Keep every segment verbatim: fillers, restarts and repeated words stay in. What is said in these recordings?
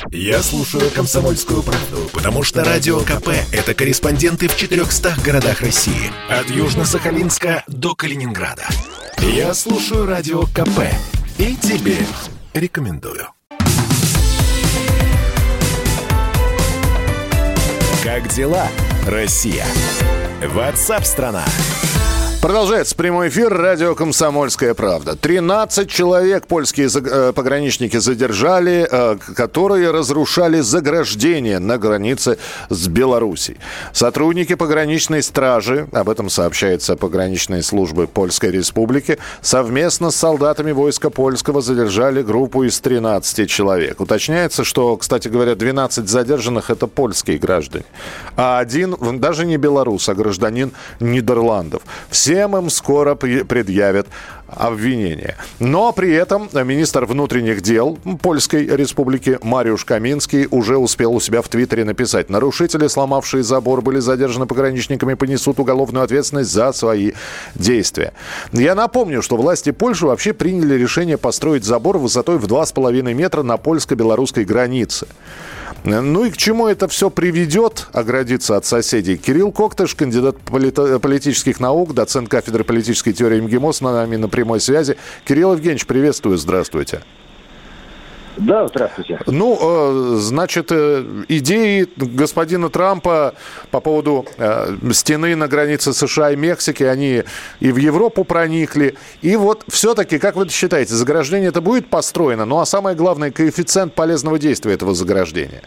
Я слушаю «Комсомольскую правду», потому что Радио КП – это корреспонденты в четырехстах городах России. От Южно-Сахалинска до Калининграда. Я слушаю Радио КП и тебе рекомендую. Как дела, Россия? Ватсап-страна! Продолжается прямой эфир радио «Комсомольская правда». тринадцать человек польские пограничники задержали, которые разрушали заграждение на границе с Белоруссией. Сотрудники пограничной стражи, об этом сообщается пограничной службы Польской Республики, совместно с солдатами войска польского задержали группу из тринадцати человек. Уточняется, что, кстати говоря, двенадцать задержанных – это польские граждане, а один даже не белорус, а гражданин Нидерландов. Всем им скоро предъявят обвинения. Но при этом министр внутренних дел Польской Республики Мариуш Каминский уже успел у себя в Твиттере написать: нарушители, сломавшие забор, были задержаны пограничниками, понесут уголовную ответственность за свои действия. Я напомню, что власти Польши вообще приняли решение построить забор высотой в два с половиной метра на польско-белорусской границе. Ну и к чему это все приведет, оградиться от соседей? Кирилл Коктыш, кандидат полит- политических наук, доцент кафедры политической теории МГИМО, с нами на прямой связи. Кирилл Евгеньевич, приветствую, здравствуйте. Да, здравствуйте. Ну, значит, идеи господина Трампа по поводу стены на границе США и Мексики, они и в Европу проникли. И вот все-таки, как вы считаете, заграждение это будет построено? Ну, а самое главное, коэффициент полезного действия этого заграждения?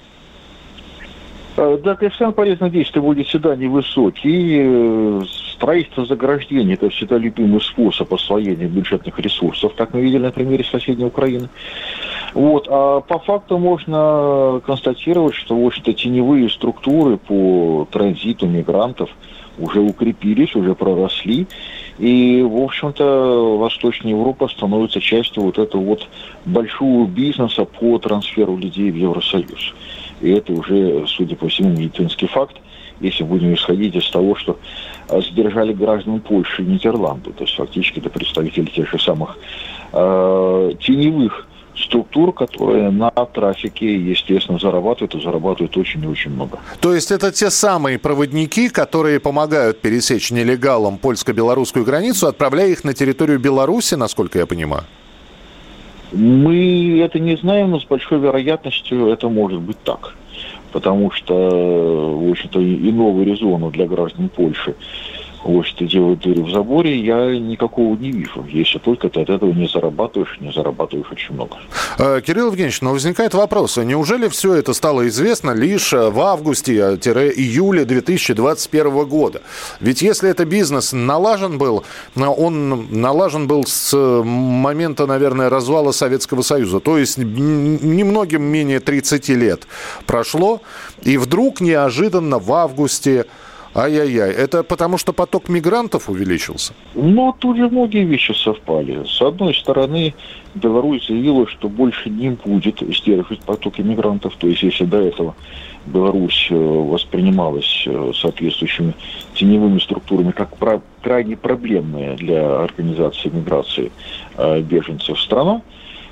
Да, коэффициент полезного действия будет всегда невысокий. Строительство заграждений – это всегда любимый способ освоения бюджетных ресурсов, как мы видели на примере соседней Украины. Вот. А по факту можно констатировать, что, в общем-то, теневые структуры по транзиту мигрантов уже укрепились, уже проросли. И, в общем-то, Восточная Европа становится частью вот этого вот большого бизнеса по трансферу людей в Евросоюз. И это уже, судя по всему, медицинский факт, если будем исходить из того, что задержали граждан Польши и Нидерландов. То есть фактически это представители тех же самых э, теневых структур, которые на трафике, естественно, зарабатывают, и зарабатывают очень и очень много. То есть это те самые проводники, которые помогают пересечь нелегалам польско-белорусскую границу, отправляя их на территорию Беларуси, насколько я понимаю? Мы это не знаем, но с большой вероятностью это может быть так. Потому что, в общем-то, иного резона для граждан Польши, в общем-то, делать дыры в заборе я никакого не вижу. Если только ты от этого не зарабатываешь, не зарабатываешь очень много. Кирилл Евгеньевич, но возникает вопрос. Неужели все это стало известно лишь в августе-июле две тысячи двадцать первого года? Ведь если это бизнес налажен был, он налажен был с момента, наверное, развала Советского Союза. То есть немногим менее тридцати лет прошло, и вдруг неожиданно в августе... Ай-яй-яй. Это потому, что поток мигрантов увеличился? Ну, тут же многие вещи совпали. С одной стороны, Беларусь заявила, что больше не будет сдерживать потоки мигрантов. То есть, если до этого Беларусь воспринималась соответствующими теневыми структурами как про- крайне проблемная для организации миграции э, беженцев страна,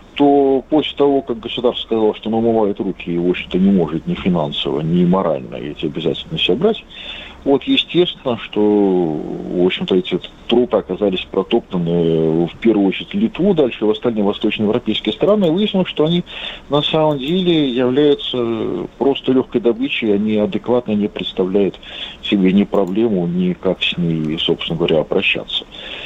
то после того, как государство сказало, что оно умывает руки и, в общем-то, не может ни финансово, ни морально эти обязательства на себя брать, вот, естественно, что, в общем-то, эти трупы оказались протоптаны в первую очередь в Литву, дальше в остальные восточноевропейские страны, и выяснилось, что они на самом деле являются просто легкой добычей, они адекватно не представляют себе ни проблему, ни как с ней, собственно говоря, обращаться.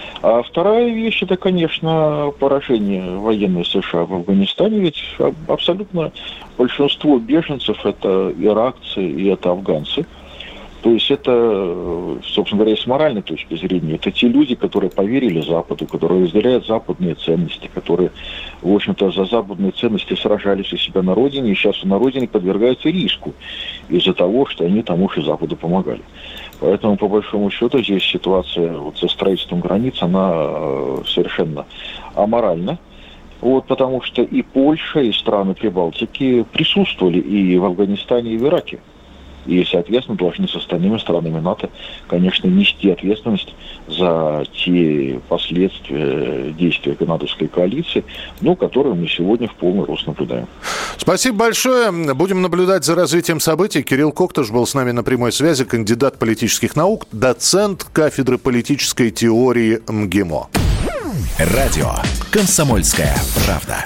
А вторая вещь, это, конечно, поражение военной США в Афганистане, ведь абсолютно большинство беженцев это иракцы и это афганцы. То есть это, собственно говоря, с моральной точки зрения, это те люди, которые поверили Западу, которые разделяют западные ценности, которые, в общем-то, за западные ценности сражались у себя на родине, и сейчас на родине подвергаются риску из-за того, что они тому же Западу помогали. Поэтому, по большому счету, здесь ситуация вот со строительством границ, она совершенно аморальна. Вот, потому что и Польша, и страны Прибалтики присутствовали и в Афганистане, и в Ираке. и, соответственно, должны с остальными странами НАТО, конечно, нести ответственность за те последствия действия канадской коалиции, ну, которые мы сегодня в полный рост наблюдаем. Спасибо большое. Будем наблюдать за развитием событий. Кирилл Коктыш был с нами на прямой связи, кандидат политических наук, доцент кафедры политической теории МГИМО. Радио «Комсомольская правда».